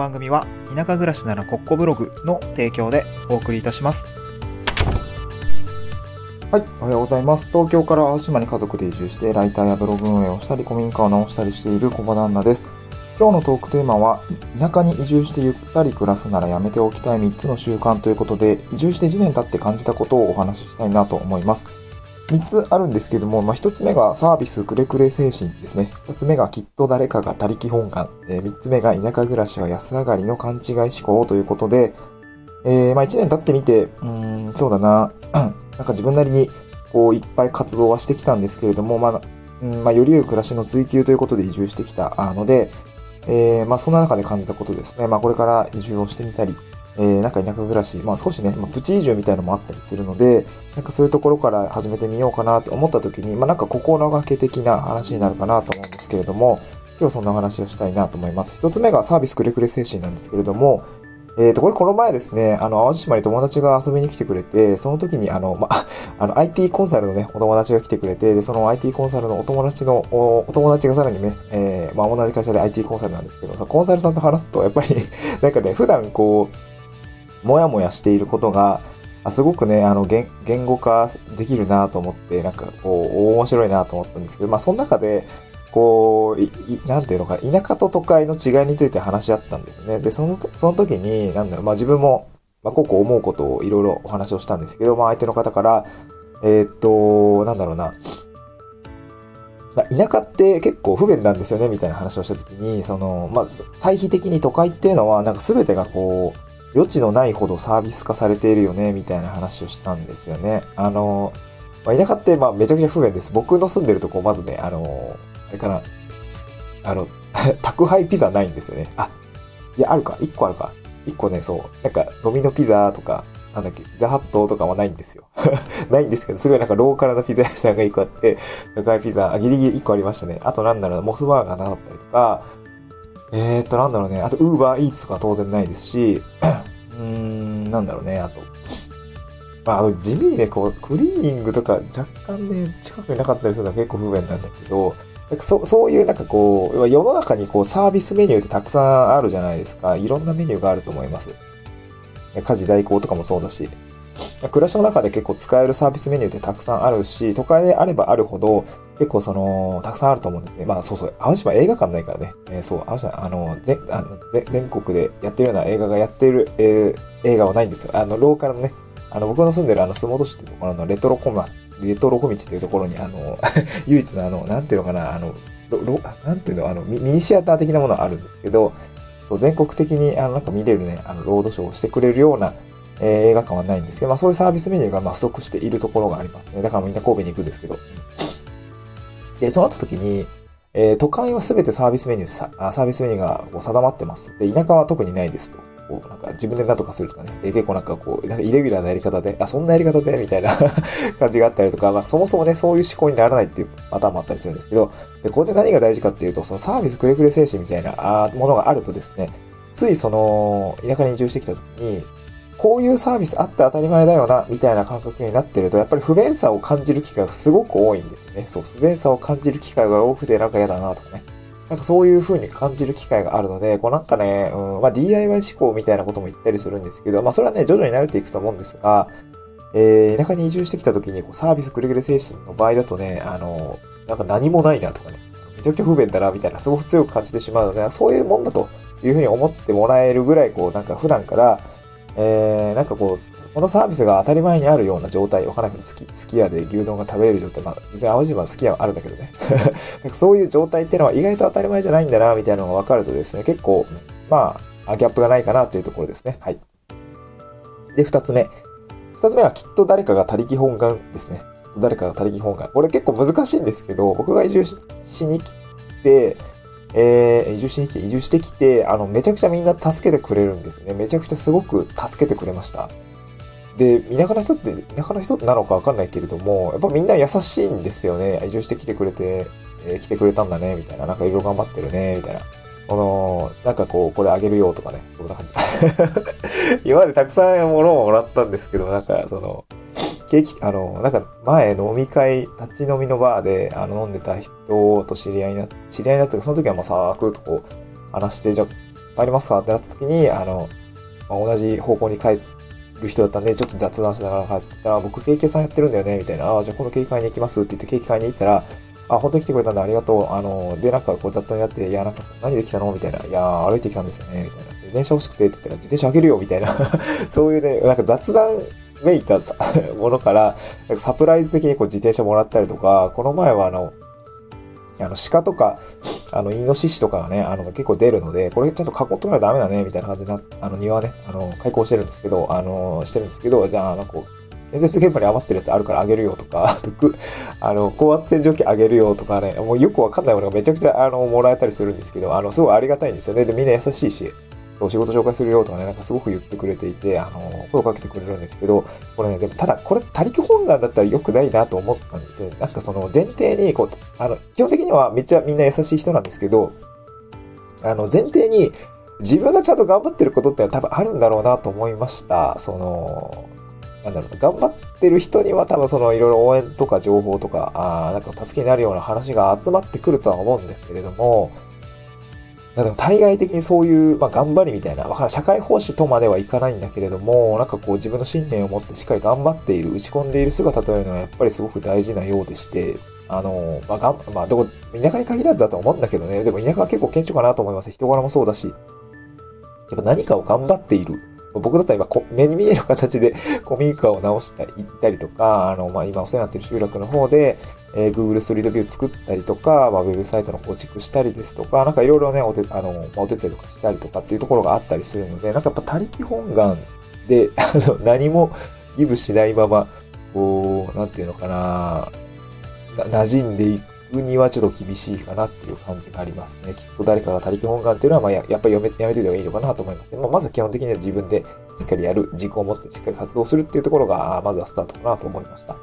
番組は田舎暮らしならコッコブログの提供でお送りいたします。 はい、おはようございます。東京から淡島に家族で移住してライターやブログ運営をしたり古民家を直したりしている小場旦那です。今日のトークテーマは田舎に移住してゆったり暮らすならやめておきたい3つの習慣ということで、移住して1年経って感じたことをお話ししたいなと思います。3つあるんですけども、1つ目がサービスくれくれ精神ですね。2つ目がきっと誰かが他力本願。3つ目が田舎暮らしは安上がりの勘違い思考ということで、1年経ってみて、そうだな、なんか自分なりにこういっぱい活動はしてきたんですけれども、より良い暮らしの追求ということで移住してきたので、そんな中で感じたことですね。これから移住をしてみたり、なんか田舎暮らし、少しね、プチ移住みたいなのもあったりするので、なんかそういうところから始めてみようかなと思った時に、なんか心がけ的な話になるかなと思うんですけれども、今日はそんな話をしたいなと思います。一つ目がサービスくれくれ精神なんですけれども、この前ですね、淡路島に友達が遊びに来てくれて、その時にIT コンサルのね、お友達が来てくれて、で、その IT コンサルのお友達がさらにね、同じ会社で IT コンサルなんですけど、そのコンサルさんと話すと、やっぱりなんかね、普段こう、もやもやしていることが、すごくね、言語化できるなと思って、なんかこう、面白いなと思ったんですけど、その中で、こう、なんていうのかな、田舎と都会の違いについて話し合ったんですね。で、その時に、自分も、こう思うことをいろいろお話をしたんですけど、相手の方から、田舎って結構不便なんですよね、みたいな話をした時に、対比的に都会っていうのは、なんか全てがこう、余地のないほどサービス化されているよね、みたいな話をしたんですよね。田舎ってめちゃくちゃ不便です。僕の住んでるとこ、まずね、あれかな。宅配ピザないんですよね。いや、あるか。1個あるか。1個ね、そう。なんか、ドミノピザとか、ピザハットとかはないんですよ。ないんですけど、すごいなんかローカルなピザ屋さんが1個あって、宅配ピザ、ギリギリ1個ありましたね。あとモスバーガーなかったりとか、あと、ウーバーイーツとか当然ないですし、あと地味にね、こう、クリーニングとか若干ね、近くになかったりするのは結構不便なんだけど、そういうなんかこう、世の中にこうサービスメニューってたくさんあるじゃないですか。いろんなメニューがあると思います。家事代行とかもそうだし。暮らしの中で結構使えるサービスメニューってたくさんあるし、都会であればあるほど、結構たくさんあると思うんですね。淡路島映画館ないからね。淡路島、全国でやってるような映画がやってる、映画はないんですよ。ローカルのね、僕の住んでる洲本市っていうところのレトロ小道っていうところに、唯一のなんていうのかな、ミニシアター的なものがあるんですけど、そう、全国的に、なんか見れるね、ロードショーをしてくれるような、映画館はないんですけど、そういうサービスメニューが、不足しているところがありますね。だからみんな神戸に行くんですけど。で、そうなった時に、都会はすべてサービスメニューがこう定まってます。で、田舎は特にないですと。こうなんか自分で何とかするとかね。結構なんかこう、イレギュラーなやり方で、そんなやり方でみたいな感じがあったりとか、そもそもね、そういう思考にならないっていうパターンもあったりするんですけど、で、ここで何が大事かっていうと、そのサービスくれくれ精神みたいなものがあるとですね、つい田舎に移住してきた時に、こういうサービスあって当たり前だよな、みたいな感覚になってると、やっぱり不便さを感じる機会がすごく多いんですよね。そう、不便さを感じる機会が多くてなんか嫌だなとかね。なんかそういう風に感じる機会があるので、なんかね、DIY 思考みたいなことも言ったりするんですけど、それはね、徐々に慣れていくと思うんですが、田舎に移住してきた時にサービスくれくれ精神の場合だとね、なんか何もないなとかね、めちゃくちゃ不便だな、みたいな、すごく強く感じてしまうので、そういうもんだという風に思ってもらえるぐらい、なんか普段から、このサービスが当たり前にあるような状態、わからないけど、すき家で牛丼が食べれる状態、別に淡路島のすき家はあるんだけどね。なんかそういう状態っていうのは意外と当たり前じゃないんだな、みたいなのがわかるとですね、結構、ギャップがないかなっていうところですね。はい。で、二つ目はきっと誰かが他力本願ですね。きっと誰かが他力本願。これ結構難しいんですけど、僕が移住してきて、めちゃくちゃみんな助けてくれるんですよね。めちゃくちゃすごく助けてくれました。で、田舎の人なのかわかんないけれども、やっぱみんな優しいんですよね。移住してきてくれて、来てくれたんだね、みたいな。なんかいろいろ頑張ってるね、みたいな。なんかこう、これあげるよとかね。そんな感じ。今までたくさん物をもらったんですけど、なんかなんか前立ち飲みのバーで、飲んでた人と知り合いになって、その時はサークルとこう、話して、じゃあ帰りますかってなった時に、同じ方向に帰る人だったんで、ちょっと雑談しながら帰ってたら、僕ケーキ屋さんやってるんだよね、みたいな。じゃあ今度ケーキ買いに行きますって言ってケーキ買いに行ったら、本当に来てくれたんだ、ありがとう。で、なんかこう雑談やって、いや、なんか何で来たのみたいな。いや、歩いてきたんですよね、みたいな。自転車欲しくてって言ったら、自転車あげるよ、みたいな。そういうね、なんか雑談めいたものから、なんかサプライズ的にこう自転車もらったりとか、この前は鹿とか、イノシシとかがね、結構出るので、これちゃんと囲っとかないとダメだね、みたいな感じで庭ね、開放してるんですけど、じゃあ、建設現場に余ってるやつあるからあげるよとか、高圧洗浄機あげるよとかね、もうよくわかんないものがめちゃくちゃ、もらえたりするんですけど、すごいありがたいんですよね。で、みんな優しいし、お仕事紹介するよとかね、なんかすごく言ってくれていて、声をかけてくれるんですけど、これね、でもただ、これ、他力本願だったら良くないなと思ったんですよ。なんかその前提に、基本的にはめっちゃみんな優しい人なんですけど、前提に、自分がちゃんと頑張ってることって多分あるんだろうなと思いました。頑張ってる人には多分いろいろ応援とか情報とか、なんか助けになるような話が集まってくるとは思うんですけれども、でも対外的にそういう、頑張りみたいな、社会奉仕とまではいかないんだけれども、なんかこう自分の信念を持ってしっかり頑張っている、打ち込んでいる姿というのはやっぱりすごく大事なようでして、田舎に限らずだと思うんだけどね、でも田舎は結構顕著かなと思います。人柄もそうだし、やっぱ何かを頑張っている。僕だったら今、目に見える形で古民家を直したり、行ったりとか、今お世話になっている集落の方で、Google ストリートビュー作ったりとか、ウェブサイトの構築したりですとか、なんかいろいろね、お手伝いとかしたりとかっていうところがあったりするので、なんかやっぱ他力本願で、何もギブしないまま、こう、なんていうのかな、馴染んでいくにはちょっと厳しいかなっていう感じがありますね。きっと誰かが他力本願っていうのは、やっぱりやめておいた方がいいのかなと思いますね。まずは基本的には自分でしっかりやる、軸を持ってしっかり活動するっていうところが、まずはスタートかなと思いました。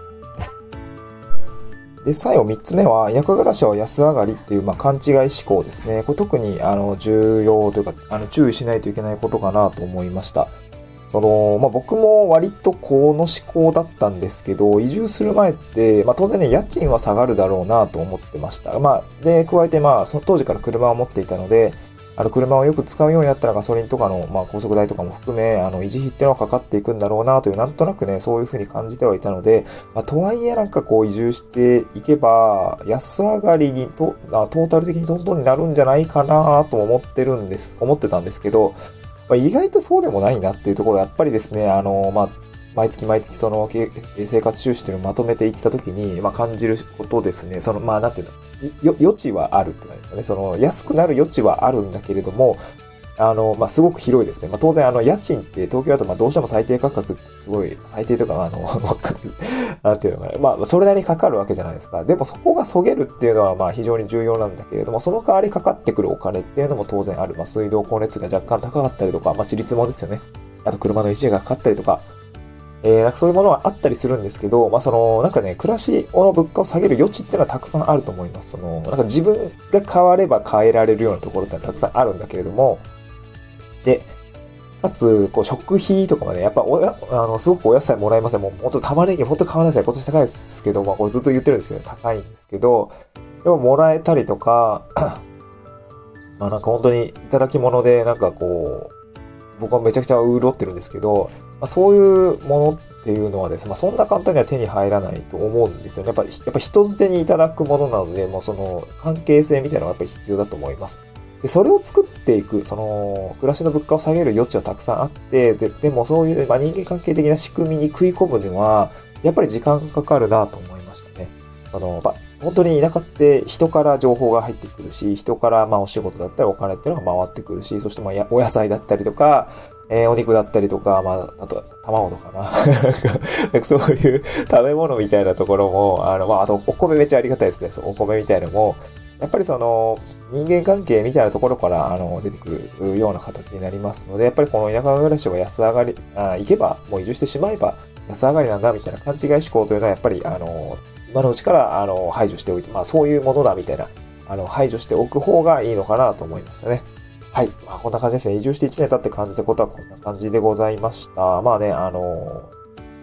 で、最後3つ目は、田舎暮らしは安上がりっていう、勘違い思考ですね。これ特に、重要というか、注意しないといけないことかなと思いました。僕も割とこの思考だったんですけど、移住する前って、当然ね、家賃は下がるだろうなと思ってました。で、加えてその当時から車を持っていたので、車をよく使うようになったらガソリンとかの、高速代とかも含め、維持費っていうのはかかっていくんだろうなという、なんとなくね、そういうふうに感じてはいたので、とはいえなんかこう移住していけば、安上がりにトータル的にどんどんになるんじゃないかなと思ってたんですけど、意外とそうでもないなっていうところはやっぱりですね、毎月その生活収支というのをまとめていったときに、感じることですね。なんていうの、余地はあるって感じですかね。安くなる余地はあるんだけれども、すごく広いですね。当然、家賃って東京だとどうしても最低価格ってすごい、最低とか、なんていうのかな。それなりにかかるわけじゃないですか。でもそこが削げるっていうのは、非常に重要なんだけれども、その代わりかかってくるお金っていうのも当然ある。水道光熱が若干高かったりとか、地立もですよね。あと車の維持費がかかったりとか、なんかそういうものはあったりするんですけど、なんかね、暮らしの物価を下げる余地っていうのはたくさんあると思います。なんか自分が変われば変えられるようなところってのはたくさんあるんだけれども、で、かつ、食費とかもね、やっぱすごくお野菜もらえますね。もう、本当玉ねぎ、本当買わないですね。今年高いですけど、これずっと言ってるんですけど、高いんですけど、やっぱもらえたりとか、なんか本当にいただき物で、なんか僕はめちゃくちゃ潤ってるんですけど、そういうものっていうのはですね、そんな簡単には手に入らないと思うんですよね。やっぱ人づてにいただくものなので、もうその関係性みたいなのがやっぱり必要だと思います。で、それを作っていく、暮らしの物価を下げる余地はたくさんあって、でもそういう、人間関係的な仕組みに食い込むには、やっぱり時間がかかるなと思いましたね。本当に田舎って人から情報が入ってくるし、人からお仕事だったりお金っていうのが回ってくるし、そしてお野菜だったりとか、お肉だったりとか、あとは卵とかな。なんかそういう食べ物みたいなところも、あとお米めっちゃありがたいですね。お米みたいなのも、やっぱり人間関係みたいなところから出てくるような形になりますので、やっぱりこの田舎暮らしは安上がり、行けば、もう移住してしまえば安上がりなんだみたいな勘違い思考というのはやっぱり今のうちから排除しておいて、そういうものだみたいな排除しておく方がいいのかなと思いましたね。はい。こんな感じですね。移住して1年経って感じたことはこんな感じでございました。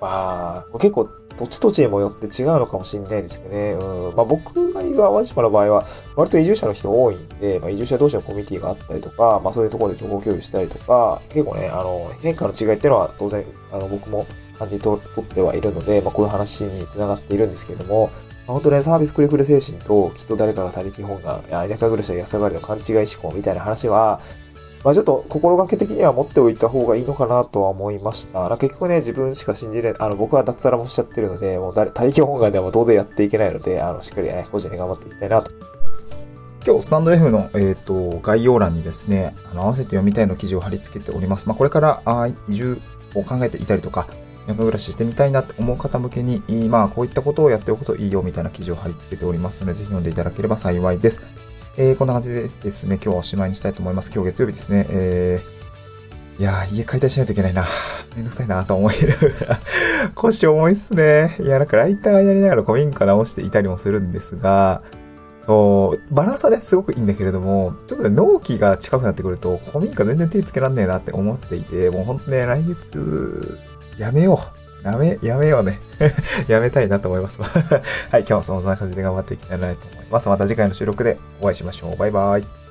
まあ、結構土地土地にもよって違うのかもしれないですけどね。まあ僕がいる淡路島の場合は、割と移住者の人多いんで、まあ移住者同士のコミュニティがあったりとか、まあそういうところで情報共有したりとか、結構ね、変化の違いっていうのは当然、僕も感じ取ってはいるので、まあこういう話に繋がっているんですけれども、まあ、本当ね、サービスクリクル精神と、きっと誰かが他力本願、田舎暮らしは安上がりの勘違い思考みたいな話は、まあちょっと心がけ的には持っておいた方がいいのかなとは思いました。結局ね、自分しか信じれない、僕は脱サラもしちゃってるので、もう他力本願でも当然やっていけないので、しっかりね、個人で頑張っていきたいなと。 今日、スタンド F の、概要欄にですね、合わせて読みたいの記事を貼り付けております。まあこれから移住を考えていたりとか、田舎暮らししてみたいなって思う方向けに、まあこういったことをやっておくといいよみたいな記事を貼り付けておりますので、ぜひ読んでいただければ幸いです。こんな感じでですね、今日はおしまいにしたいと思います。今日月曜日ですね。いやー、家解体しないといけないな。めんどくさいなと思いながら腰重いっすね。いや、なんかライターやりながら古民家直していたりもするんですが、そう、バランスはね、すごくいいんだけれども、ちょっとね、納期が近くなってくると、古民家全然手つけらんねえなって思っていて、もうほんとね、来月、やめよう。やめようね。やめたいなと思います。はい、今日はそんな感じで頑張っていきたいなと思います。また次回の収録でお会いしましょう。バイバイ。